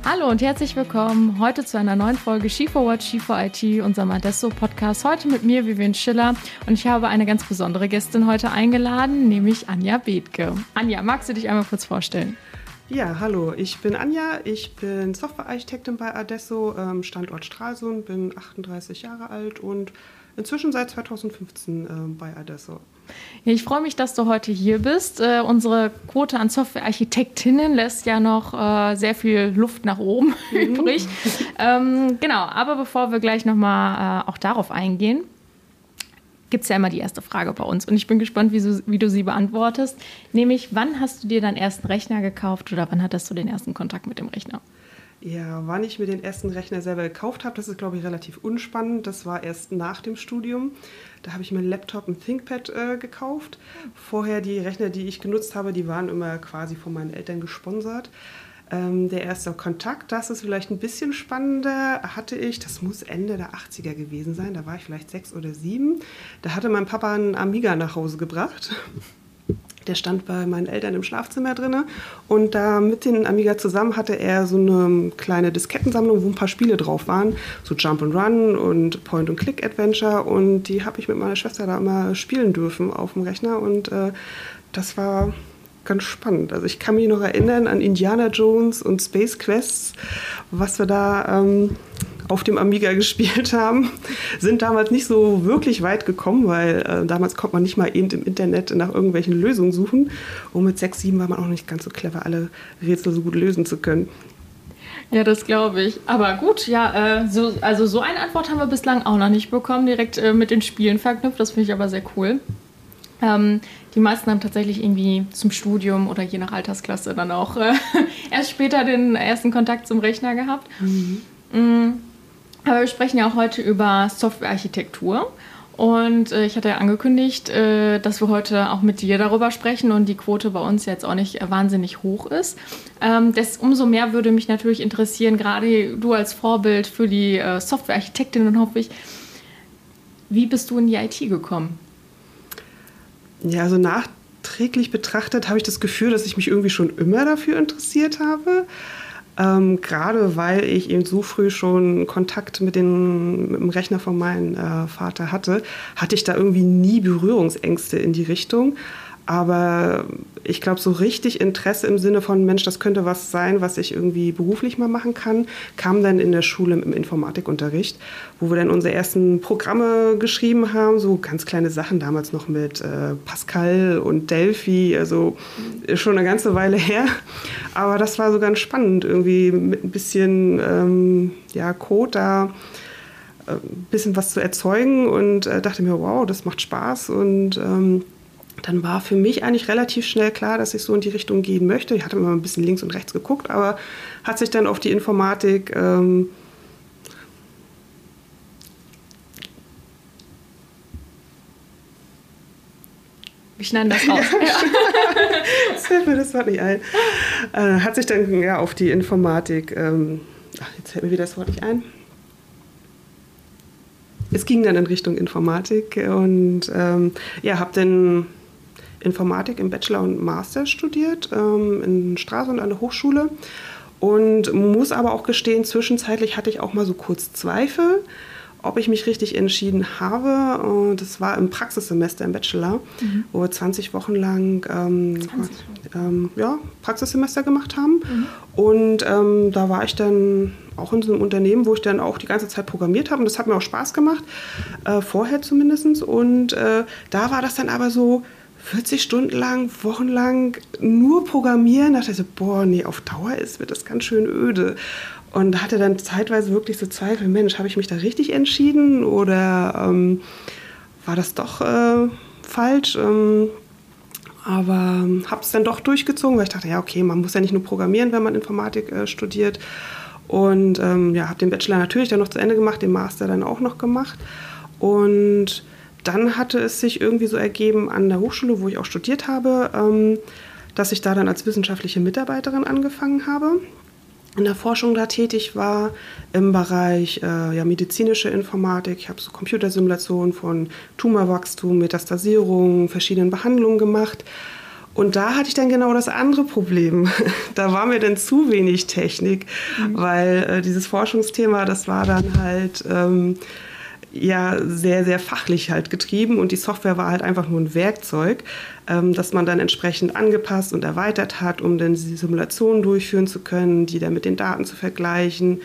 Hallo und herzlich willkommen heute zu einer neuen Folge She4What, She4IT, unserem Adesso-Podcast. Heute mit mir, Vivian Schiller, und ich habe eine ganz besondere Gästin heute eingeladen, nämlich Anja Bethke. Anja, magst du dich einmal kurz vorstellen? Ja, hallo, ich bin Anja, ich bin Softwarearchitektin bei Adesso, Standort Stralsund, bin 38 Jahre alt und inzwischen seit 2015 bei Adesso. Ja, ich freue mich, dass du heute hier bist. Unsere Quote an Softwarearchitektinnen lässt ja noch sehr viel Luft nach oben übrig. Genau, aber bevor wir gleich nochmal auch darauf eingehen, gibt es ja immer die erste Frage bei uns. Und ich bin gespannt, wie du sie beantwortest. Nämlich, wann hast du dir deinen ersten Rechner gekauft oder wann hattest du den ersten Kontakt mit dem Rechner? Ja, wann ich mir den ersten Rechner selber gekauft habe, das ist, glaube ich, relativ unspannend. Das war erst nach dem Studium. Da habe ich mir einen Laptop, ein ThinkPad gekauft. Vorher die Rechner, die ich genutzt habe, die waren immer quasi von meinen Eltern gesponsert. Der erste Kontakt, das ist vielleicht ein bisschen spannender, hatte ich, das muss Ende der 80er gewesen sein, da war ich vielleicht 6 oder 7. Da hatte mein Papa einen Amiga nach Hause gebracht. Der stand bei meinen Eltern im Schlafzimmer drin und da mit den Amiga zusammen hatte er so eine kleine Diskettensammlung, wo ein paar Spiele drauf waren, so Jump and Run und Point-and-Click-Adventure, und die habe ich mit meiner Schwester da immer spielen dürfen auf dem Rechner, und das war ganz spannend. Also ich kann mich noch erinnern an Indiana Jones und Space Quests, was wir da auf dem Amiga gespielt haben. Sind damals nicht so wirklich weit gekommen, weil damals konnte man nicht mal eben im Internet nach irgendwelchen Lösungen suchen. Und mit 6, 7 war man auch nicht ganz so clever, alle Rätsel so gut lösen zu können. Ja, das glaube ich. Aber gut, ja, so eine Antwort haben wir bislang auch noch nicht bekommen, direkt mit den Spielen verknüpft. Das finde ich aber sehr cool. Die meisten haben tatsächlich irgendwie zum Studium oder je nach Altersklasse dann auch erst später den ersten Kontakt zum Rechner gehabt. Aber wir sprechen ja auch heute über Softwarearchitektur. Und ich hatte ja angekündigt, dass wir heute auch mit dir darüber sprechen und die Quote bei uns jetzt auch nicht wahnsinnig hoch ist. Umso mehr würde mich natürlich interessieren, gerade du als Vorbild für die Softwarearchitektin, hoffe ich, wie bist du in die IT gekommen? Ja, also nachträglich betrachtet habe ich das Gefühl, dass ich mich irgendwie schon immer dafür interessiert habe. Gerade weil ich eben so früh schon Kontakt mit dem Rechner von meinem Vater hatte ich da irgendwie nie Berührungsängste in die Richtung. Aber ich glaube, so richtig Interesse im Sinne von, Mensch, das könnte was sein, was ich irgendwie beruflich mal machen kann, kam dann in der Schule im Informatikunterricht, wo wir dann unsere ersten Programme geschrieben haben, so ganz kleine Sachen, damals noch mit Pascal und Delphi, also schon eine ganze Weile her. Aber das war so ganz spannend, irgendwie mit ein bisschen Code da ein bisschen was zu erzeugen, und dachte mir, wow, das macht Spaß, und dann war für mich eigentlich relativ schnell klar, dass ich so in die Richtung gehen möchte. Ich hatte immer ein bisschen links und rechts geguckt, aber hat sich dann auf die Informatik wir schneiden das raus. Das fällt mir das Wort nicht ein. Hat sich dann auf die Informatik, jetzt fällt mir wieder das Wort nicht ein. Es ging dann in Richtung Informatik, und habe dann Informatik im Bachelor und Master studiert, in Stralsund an der Hochschule, und muss aber auch gestehen, zwischenzeitlich hatte ich auch mal so kurz Zweifel, ob ich mich richtig entschieden habe. Und das war im Praxissemester im Bachelor, wo wir 20 Wochen lang Praxissemester gemacht haben. Und da war ich dann auch in so einem Unternehmen, wo ich dann auch die ganze Zeit programmiert habe. Und das hat mir auch Spaß gemacht, vorher zumindest. Und da war das dann aber so 40 Stunden lang, wochenlang nur programmieren. Da dachte ich so, auf Dauer wird das ganz schön öde. Und hatte dann zeitweise wirklich so Zweifel, Mensch, habe ich mich da richtig entschieden oder war das doch falsch? Aber habe es dann doch durchgezogen, weil ich dachte, ja okay, man muss ja nicht nur programmieren, wenn man Informatik studiert. Und habe den Bachelor natürlich dann noch zu Ende gemacht, den Master dann auch noch gemacht. Und dann hatte es sich irgendwie so ergeben an der Hochschule, wo ich auch studiert habe, dass ich da dann als wissenschaftliche Mitarbeiterin angefangen habe. In der Forschung da tätig war, im Bereich medizinische Informatik. Ich habe so Computersimulationen von Tumorwachstum, Metastasierung, verschiedenen Behandlungen gemacht. Und da hatte ich dann genau das andere Problem. Da war mir dann zu wenig Technik, weil dieses Forschungsthema, das war dann halt ja sehr, sehr fachlich halt getrieben und die Software war halt einfach nur ein Werkzeug, das man dann entsprechend angepasst und erweitert hat, um dann diese Simulationen durchführen zu können, die dann mit den Daten zu vergleichen,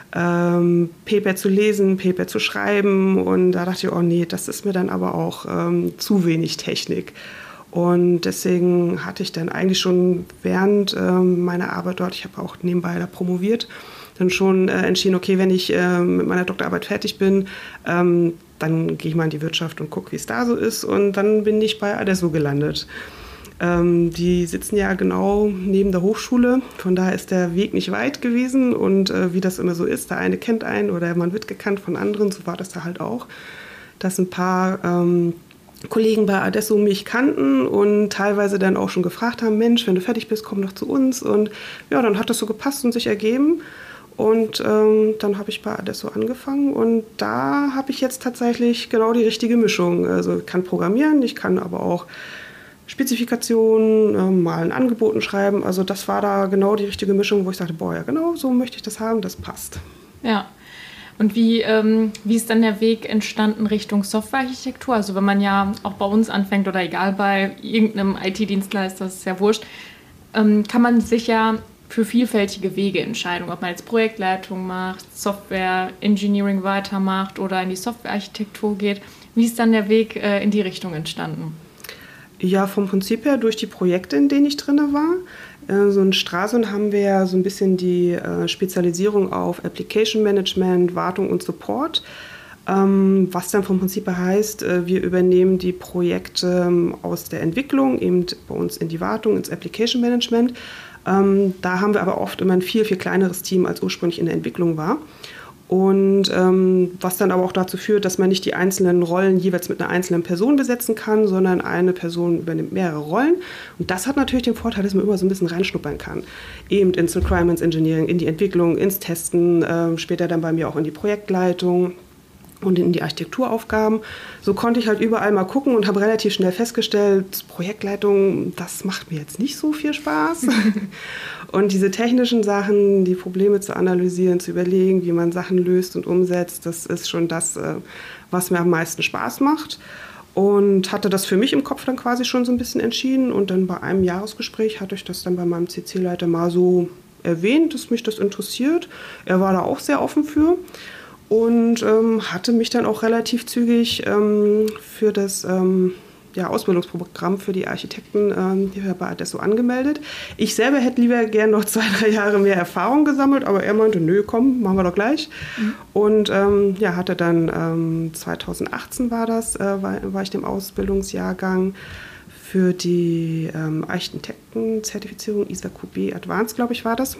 Paper zu lesen, Paper zu schreiben und da dachte ich, oh nee, das ist mir dann aber auch zu wenig Technik. Und deswegen hatte ich dann eigentlich schon während meiner Arbeit dort, ich habe auch nebenbei da promoviert, dann schon entschieden, okay, wenn ich mit meiner Doktorarbeit fertig bin, dann gehe ich mal in die Wirtschaft und gucke, wie es da so ist. Und dann bin ich bei Adesso gelandet. Die sitzen ja genau neben der Hochschule, von daher ist der Weg nicht weit gewesen. Und wie das immer so ist, der eine kennt einen oder man wird gekannt von anderen, so war das da halt auch, dass ein paar Kollegen bei Adesso mich kannten und teilweise dann auch schon gefragt haben, Mensch, wenn du fertig bist, komm doch zu uns. Und ja, dann hat das so gepasst und sich ergeben. Und dann habe ich bei Adesso angefangen und da habe ich jetzt tatsächlich genau die richtige Mischung. Also ich kann programmieren, ich kann aber auch Spezifikationen, mal ein Angeboten schreiben. Also das war da genau die richtige Mischung, wo ich sagte, boah, ja genau, so möchte ich das haben, das passt. Ja. Und wie ist dann der Weg entstanden Richtung Softwarearchitektur? Also wenn man ja auch bei uns anfängt oder egal bei irgendeinem IT-Dienstleister, das ist ja wurscht, kann man sich ja für vielfältige Wege entscheiden, ob man jetzt Projektleitung macht, Software Engineering weitermacht oder in die Softwarearchitektur geht. Wie ist dann der Weg in die Richtung entstanden? Ja, vom Prinzip her durch die Projekte, in denen ich drin war. So in Stralsund haben wir ja so ein bisschen die Spezialisierung auf Application Management, Wartung und Support. Was dann vom Prinzip her heißt, wir übernehmen die Projekte aus der Entwicklung, eben bei uns in die Wartung, ins Application Management. Da haben wir aber oft immer ein viel, viel kleineres Team, als ursprünglich in der Entwicklung war. Und was dann aber auch dazu führt, dass man nicht die einzelnen Rollen jeweils mit einer einzelnen Person besetzen kann, sondern eine Person übernimmt mehrere Rollen. Und das hat natürlich den Vorteil, dass man immer so ein bisschen reinschnuppern kann. Eben ins Requirements Engineering, in die Entwicklung, ins Testen, später dann bei mir auch in die Projektleitung und in die Architekturaufgaben. So konnte ich halt überall mal gucken und habe relativ schnell festgestellt, Projektleitung, das macht mir jetzt nicht so viel Spaß. Und diese technischen Sachen, die Probleme zu analysieren, zu überlegen, wie man Sachen löst und umsetzt, das ist schon das, was mir am meisten Spaß macht. Und hatte das für mich im Kopf dann quasi schon so ein bisschen entschieden. Und dann bei einem Jahresgespräch hatte ich das dann bei meinem CC-Leiter mal so erwähnt, dass mich das interessiert. Er war da auch sehr offen für. Und hatte mich dann auch relativ zügig für das Ausbildungsprogramm für die Architekten hier bei Adesso angemeldet. Ich selber hätte lieber gern noch 2-3 Jahre mehr Erfahrung gesammelt, aber er meinte, nö, komm, machen wir doch gleich. Und hatte dann 2018 war ich im Ausbildungsjahrgang für die Architektenzertifizierung ISA QB Advanced, glaube ich, war das.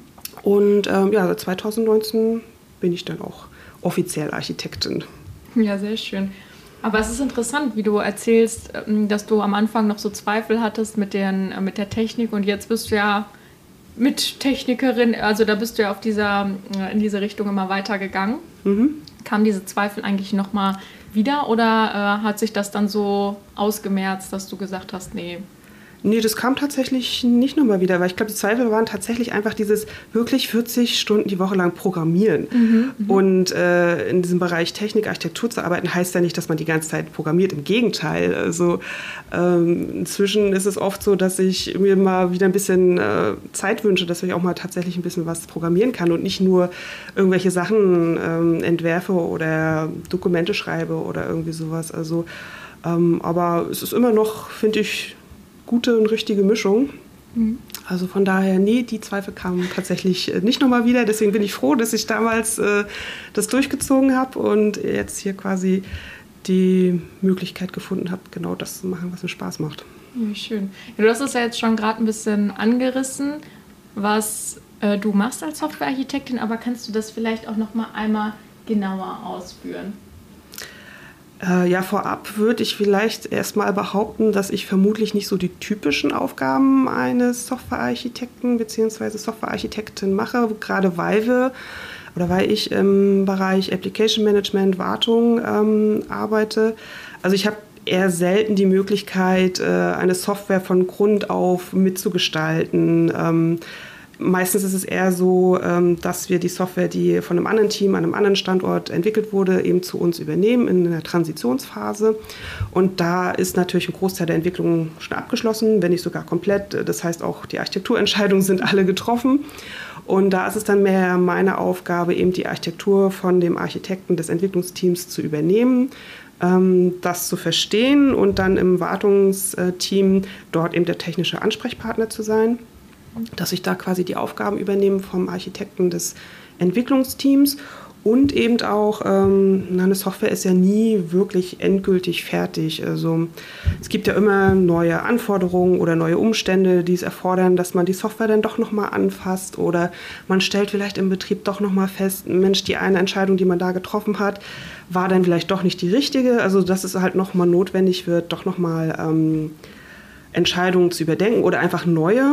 Und seit 2019 bin ich dann auch offiziell Architektin. Ja, sehr schön. Aber es ist interessant, wie du erzählst, dass du am Anfang noch so Zweifel hattest mit der Technik und jetzt bist du ja mit Technikerin, also da bist du ja in diese Richtung immer weitergegangen. Kamen diese Zweifel eigentlich nochmal wieder oder hat sich das dann so ausgemerzt, dass du gesagt hast, nee? Nee, das kam tatsächlich nicht nochmal wieder, weil ich glaube, die Zweifel waren tatsächlich einfach dieses wirklich 40 Stunden die Woche lang Programmieren. Und in diesem Bereich Technik, Architektur zu arbeiten, heißt ja nicht, dass man die ganze Zeit programmiert. Im Gegenteil. Also inzwischen ist es oft so, dass ich mir mal wieder ein bisschen Zeit wünsche, dass ich auch mal tatsächlich ein bisschen was programmieren kann und nicht nur irgendwelche Sachen entwerfe oder Dokumente schreibe oder irgendwie sowas. Also, aber es ist immer noch, finde ich, gute und richtige Mischung. Also von daher, nee, die Zweifel kamen tatsächlich nicht nochmal wieder. Deswegen bin ich froh, dass ich damals das durchgezogen habe und jetzt hier quasi die Möglichkeit gefunden habe, genau das zu machen, was mir Spaß macht. Ja, schön. Ja, du hast es ja jetzt schon gerade ein bisschen angerissen, was du machst als Softwarearchitektin, aber kannst du das vielleicht auch noch mal einmal genauer ausführen? Vorab würde ich vielleicht erstmal behaupten, dass ich vermutlich nicht so die typischen Aufgaben eines Softwarearchitekten bzw. Softwarearchitektin mache, gerade weil ich im Bereich Application Management, Wartung arbeite. Also ich habe eher selten die Möglichkeit, eine Software von Grund auf mitzugestalten. Meistens ist es eher so, dass wir die Software, die von einem anderen Team an einem anderen Standort entwickelt wurde, eben zu uns übernehmen in der Transitionsphase. Und da ist natürlich ein Großteil der Entwicklung schon abgeschlossen, wenn nicht sogar komplett. Das heißt, auch die Architekturentscheidungen sind alle getroffen. Und da ist es dann mehr meine Aufgabe, eben die Architektur von dem Architekten des Entwicklungsteams zu übernehmen, das zu verstehen und dann im Wartungsteam dort eben der technische Ansprechpartner zu sein. Dass ich da quasi die Aufgaben übernehme vom Architekten des Entwicklungsteams und eben auch, eine Software ist ja nie wirklich endgültig fertig. Also es gibt ja immer neue Anforderungen oder neue Umstände, die es erfordern, dass man die Software dann doch nochmal anfasst oder man stellt vielleicht im Betrieb doch nochmal fest, Mensch, die eine Entscheidung, die man da getroffen hat, war dann vielleicht doch nicht die richtige. Also dass es halt nochmal notwendig wird, doch nochmal Entscheidungen zu überdenken oder einfach neue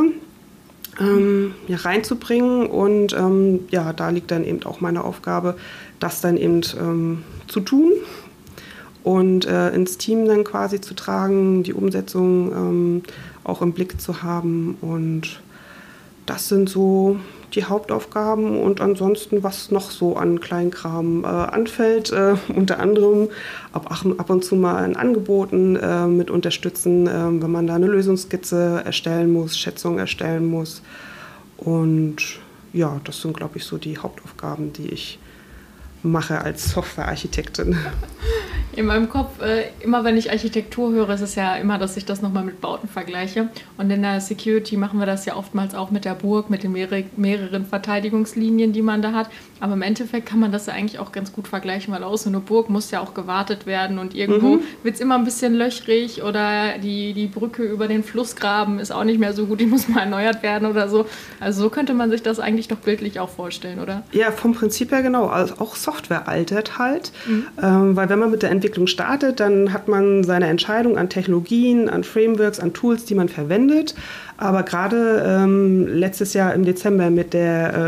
reinzubringen und da liegt dann eben auch meine Aufgabe, das dann eben zu tun und ins Team dann quasi zu tragen, die Umsetzung auch im Blick zu haben und das sind so die Hauptaufgaben und ansonsten, was noch so an Kleinkram anfällt, unter anderem ab und zu mal in Angeboten mit unterstützen, wenn man da eine Lösungsskizze erstellen muss, Schätzungen erstellen muss. Und ja, das sind, glaube ich, so die Hauptaufgaben, die ich mache als Softwarearchitektin. In meinem Kopf, immer wenn ich Architektur höre, ist es ja immer, dass ich das nochmal mit Bauten vergleiche. Und in der Security machen wir das ja oftmals auch mit der Burg, mit den mehreren Verteidigungslinien, die man da hat. Aber im Endeffekt kann man das ja eigentlich auch ganz gut vergleichen, weil aus so einer Burg muss ja auch gewartet werden und irgendwo wird es immer ein bisschen löchrig oder die Brücke über den Flussgraben ist auch nicht mehr so gut, die muss mal erneuert werden oder so. Also so könnte man sich das eigentlich doch bildlich auch vorstellen, oder? Ja, vom Prinzip her genau. Also auch Software altert halt, weil wenn man mit der Entwicklung startet, dann hat man seine Entscheidung an Technologien, an Frameworks, an Tools, die man verwendet. Aber gerade letztes Jahr im Dezember mit der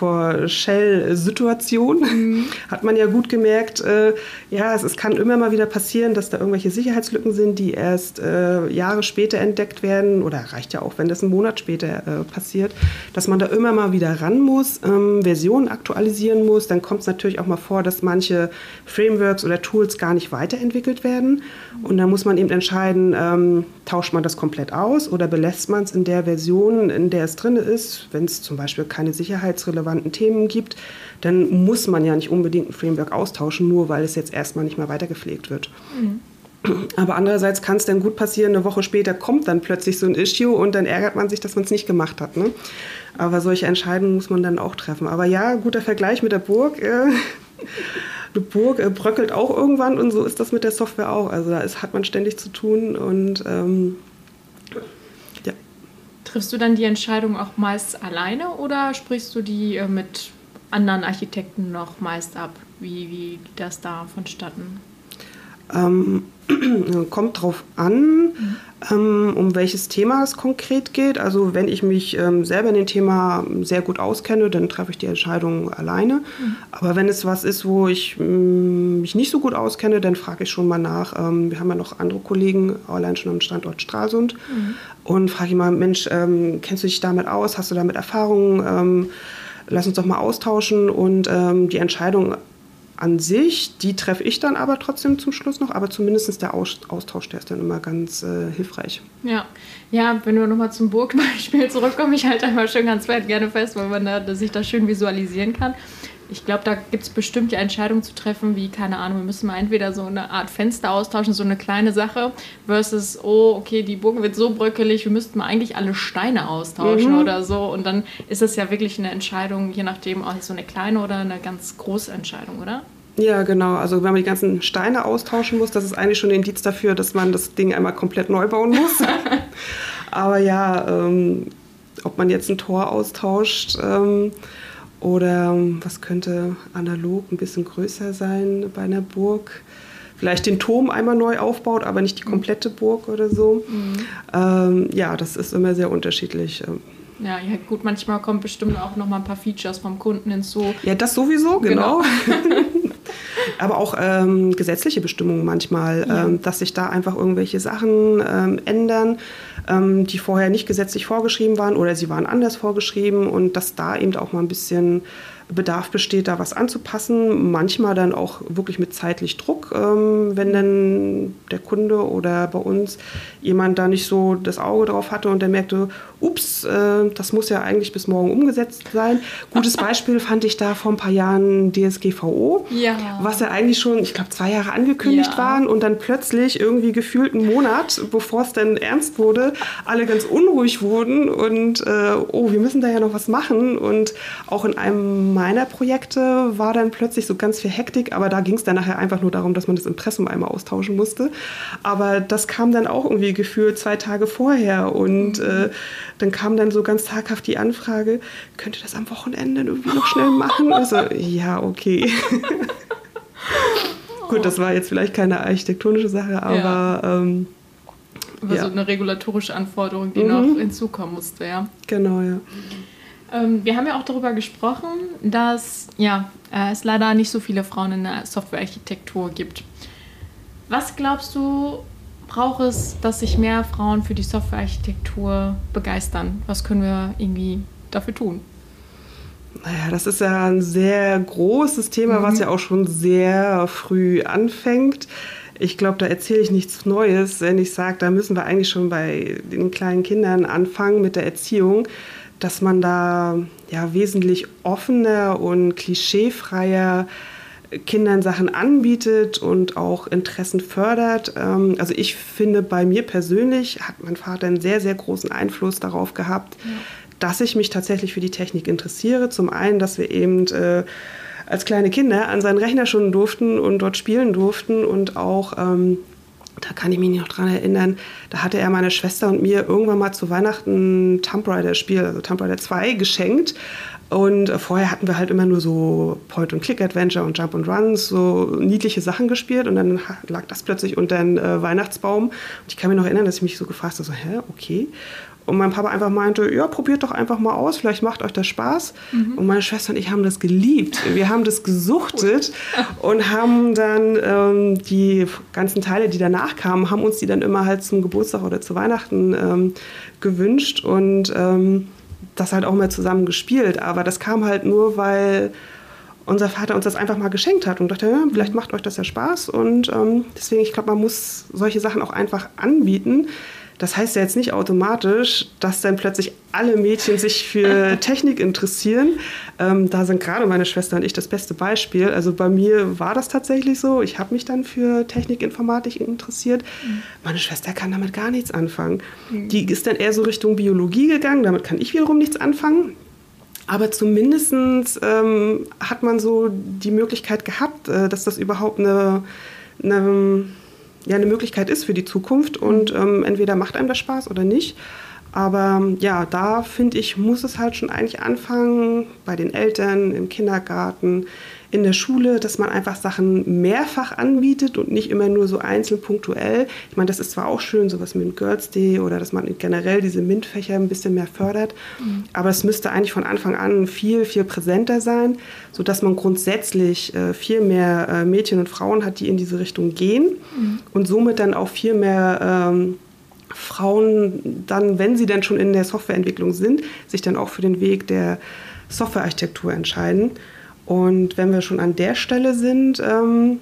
Log4Shell-Situation hat man ja gut gemerkt, es kann immer mal wieder passieren, dass da irgendwelche Sicherheitslücken sind, die erst Jahre später entdeckt werden oder reicht ja auch, wenn das einen Monat später passiert, dass man da immer mal wieder ran muss, Versionen aktualisieren muss. Dann kommt es natürlich auch mal vor, dass manche Frameworks oder Tools gar nicht weiterentwickelt werden und dann muss man eben entscheiden, tauscht man das komplett aus oder belässt man es in der Version, in der es drin ist. Wenn es zum Beispiel keine sicherheitsrelevanten Themen gibt, dann muss man ja nicht unbedingt ein Framework austauschen, nur weil es jetzt erstmal nicht mehr weitergepflegt wird. Aber andererseits kann es dann gut passieren, eine Woche später kommt dann plötzlich so ein Issue und dann ärgert man sich, dass man es nicht gemacht hat. Ne? Aber solche Entscheidungen muss man dann auch treffen. Aber ja, guter Vergleich mit der Burg. Eine Burg bröckelt auch irgendwann und so ist das mit der Software auch. Also da hat man ständig zu tun und Triffst du dann die Entscheidung auch meist alleine oder sprichst du die mit anderen Architekten noch meist ab? Wie geht das da vonstatten? Kommt drauf an, um welches Thema es konkret geht. Also wenn ich mich selber in dem Thema sehr gut auskenne, dann treffe ich die Entscheidung alleine. Aber wenn es was ist, wo ich mich nicht so gut auskenne, dann frage ich schon mal nach. Wir haben ja noch andere Kollegen, allein schon am Standort Stralsund. Und frage ich mal, Mensch, kennst du dich damit aus? Hast du damit Erfahrungen? Lass uns doch mal austauschen und die Entscheidung an sich, die treffe ich dann aber trotzdem zum Schluss noch, aber zumindest der Austausch, der ist dann immer ganz hilfreich. Ja, wenn wir nochmal zum Burgbeispiel zurückkommen, ich halte einmal schön ganz gerne fest, weil man sich das schön visualisieren kann. Ich glaube, da gibt es bestimmt die Entscheidung zu treffen, wie, keine Ahnung, wir müssen mal entweder so eine Art Fenster austauschen, so eine kleine Sache, versus, oh, okay, die Burg wird so bröckelig, wir müssten mal eigentlich alle Steine austauschen oder so. Und dann ist es ja wirklich eine Entscheidung, je nachdem, auch so eine kleine oder eine ganz große Entscheidung, oder? Ja, genau. Also wenn man die ganzen Steine austauschen muss, das ist eigentlich schon ein Indiz dafür, dass man das Ding einmal komplett neu bauen muss. Aber ja, ob man jetzt ein Tor austauscht oder was könnte analog ein bisschen größer sein bei einer Burg? Vielleicht den Turm einmal neu aufbaut, aber nicht die komplette Burg oder so. Das ist immer sehr unterschiedlich. Ja, gut, manchmal kommt bestimmt auch noch mal ein paar Features vom Kunden hinzu. Ja, das sowieso, genau. Aber auch gesetzliche Bestimmungen manchmal, dass sich da einfach irgendwelche Sachen ändern, die vorher nicht gesetzlich vorgeschrieben waren oder sie waren anders vorgeschrieben und dass da eben auch mal ein bisschen Bedarf besteht, da was anzupassen. Manchmal dann auch wirklich mit zeitlich Druck, wenn dann der Kunde oder bei uns jemand da nicht so das Auge drauf hatte und der merkte, ups, das muss ja eigentlich bis morgen umgesetzt sein. Gutes Beispiel fand ich da vor ein paar Jahren DSGVO, was ja eigentlich schon, ich glaube, 2 Jahre angekündigt waren und dann plötzlich irgendwie gefühlt einen Monat, bevor es dann ernst wurde, alle ganz unruhig wurden und wir müssen da ja noch was machen. Und auch in einem meiner Projekte war dann plötzlich so ganz viel Hektik, aber da ging es dann nachher einfach nur darum, dass man das Impressum einmal austauschen musste. Aber das kam dann auch irgendwie gefühlt 2 Tage vorher und dann kam dann so ganz zaghaft die Anfrage, könnt ihr das am Wochenende irgendwie noch schnell machen? Also, ja, okay. Gut, das war jetzt vielleicht keine architektonische Sache, aber aber so eine regulatorische Anforderung, die noch hinzukommen musste, ja. Genau, ja. Wir haben ja auch darüber gesprochen, dass es leider nicht so viele Frauen in der Softwarearchitektur gibt. Was glaubst du, braucht es, dass sich mehr Frauen für die Softwarearchitektur begeistern? Was können wir irgendwie dafür tun? Naja, das ist ja ein sehr großes Thema, was ja auch schon sehr früh anfängt. Ich glaube, da erzähle ich nichts Neues, wenn ich sage, da müssen wir eigentlich schon bei den kleinen Kindern anfangen mit der Erziehung, dass man da wesentlich offener und klischeefreier Kindern Sachen anbietet und auch Interessen fördert. Also ich finde, bei mir persönlich hat mein Vater einen sehr, sehr großen Einfluss darauf gehabt, dass ich mich tatsächlich für die Technik interessiere. Zum einen, dass wir eben als kleine Kinder an seinen Rechner schon durften und dort spielen durften und auch da kann ich mich noch dran erinnern, da hatte er meiner Schwester und mir irgendwann mal zu Weihnachten Tomb Raider-Spiel, also Tomb Raider 2, geschenkt. Und vorher hatten wir halt immer nur so Point-and-Click-Adventure und Jump-and-Runs, so niedliche Sachen gespielt. Und dann lag das plötzlich unter den Weihnachtsbaum. Und ich kann mich noch erinnern, dass ich mich so gefragt habe, okay. Und mein Papa einfach meinte, ja, probiert doch einfach mal aus, vielleicht macht euch das Spaß. Und meine Schwester und ich haben das geliebt. Wir haben das gesuchtet und haben dann die ganzen Teile, die danach kamen, haben uns die dann immer halt zum Geburtstag oder zu Weihnachten gewünscht und das halt auch mal zusammen gespielt. Aber das kam halt nur, weil unser Vater uns das einfach mal geschenkt hat und dachte, ja, vielleicht macht euch das ja Spaß. Und deswegen, ich glaube, man muss solche Sachen auch einfach anbieten. Das heißt ja jetzt nicht automatisch, dass dann plötzlich alle Mädchen sich für Technik interessieren. Da sind gerade meine Schwester und ich das beste Beispiel. Also bei mir war das tatsächlich so. Ich habe mich dann für Technik, Informatik interessiert. Meine Schwester kann damit gar nichts anfangen. Die ist dann eher so Richtung Biologie gegangen. Damit kann ich wiederum nichts anfangen. Aber zumindest hat man so die Möglichkeit gehabt, dass das überhaupt eine Möglichkeit ist für die Zukunft und entweder macht einem das Spaß oder nicht. Aber ja, da finde ich, muss es halt schon eigentlich anfangen, bei den Eltern, im Kindergarten, in der Schule, dass man einfach Sachen mehrfach anbietet und nicht immer nur so einzeln punktuell. Ich meine, das ist zwar auch schön, sowas mit dem Girls Day oder dass man generell diese MINT-Fächer ein bisschen mehr fördert, aber es müsste eigentlich von Anfang an viel, viel präsenter sein, sodass man grundsätzlich viel mehr Mädchen und Frauen hat, die in diese Richtung gehen und somit dann auch viel mehr Frauen dann, wenn sie dann schon in der Softwareentwicklung sind, sich dann auch für den Weg der Softwarearchitektur entscheiden. Und wenn wir schon an der Stelle sind, da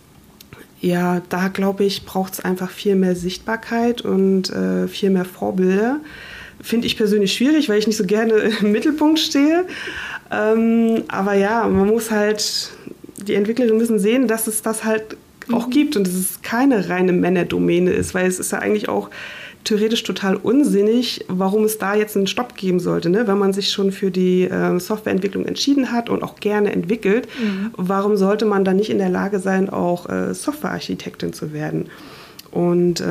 glaube ich, braucht es einfach viel mehr Sichtbarkeit und viel mehr Vorbilder. Finde ich persönlich schwierig, weil ich nicht so gerne im Mittelpunkt stehe. Aber ja, man muss halt, die Entwicklerinnen müssen sehen, dass es das halt auch gibt und dass es keine reine Männerdomäne ist, weil es ist ja eigentlich auch theoretisch total unsinnig, warum es da jetzt einen Stopp geben sollte. Ne? Wenn man sich schon für die Softwareentwicklung entschieden hat und auch gerne entwickelt, warum sollte man dann nicht in der Lage sein, auch Softwarearchitektin zu werden? Und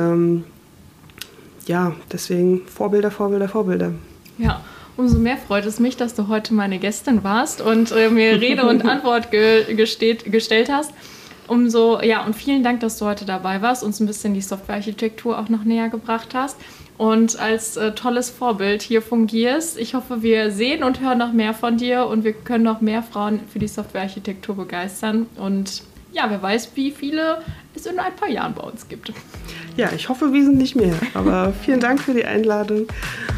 deswegen Vorbilder, Vorbilder, Vorbilder. Ja, umso mehr freut es mich, dass du heute meine Gästin warst und mir Rede und Antwort gestellt hast. Und vielen Dank, dass du heute dabei warst, uns ein bisschen die Softwarearchitektur auch noch näher gebracht hast und als tolles Vorbild hier fungierst. Ich hoffe, wir sehen und hören noch mehr von dir und wir können noch mehr Frauen für die Softwarearchitektur begeistern. Und ja, wer weiß, wie viele es in ein paar Jahren bei uns gibt. Ja, ich hoffe wesentlich mehr. Aber vielen Dank für die Einladung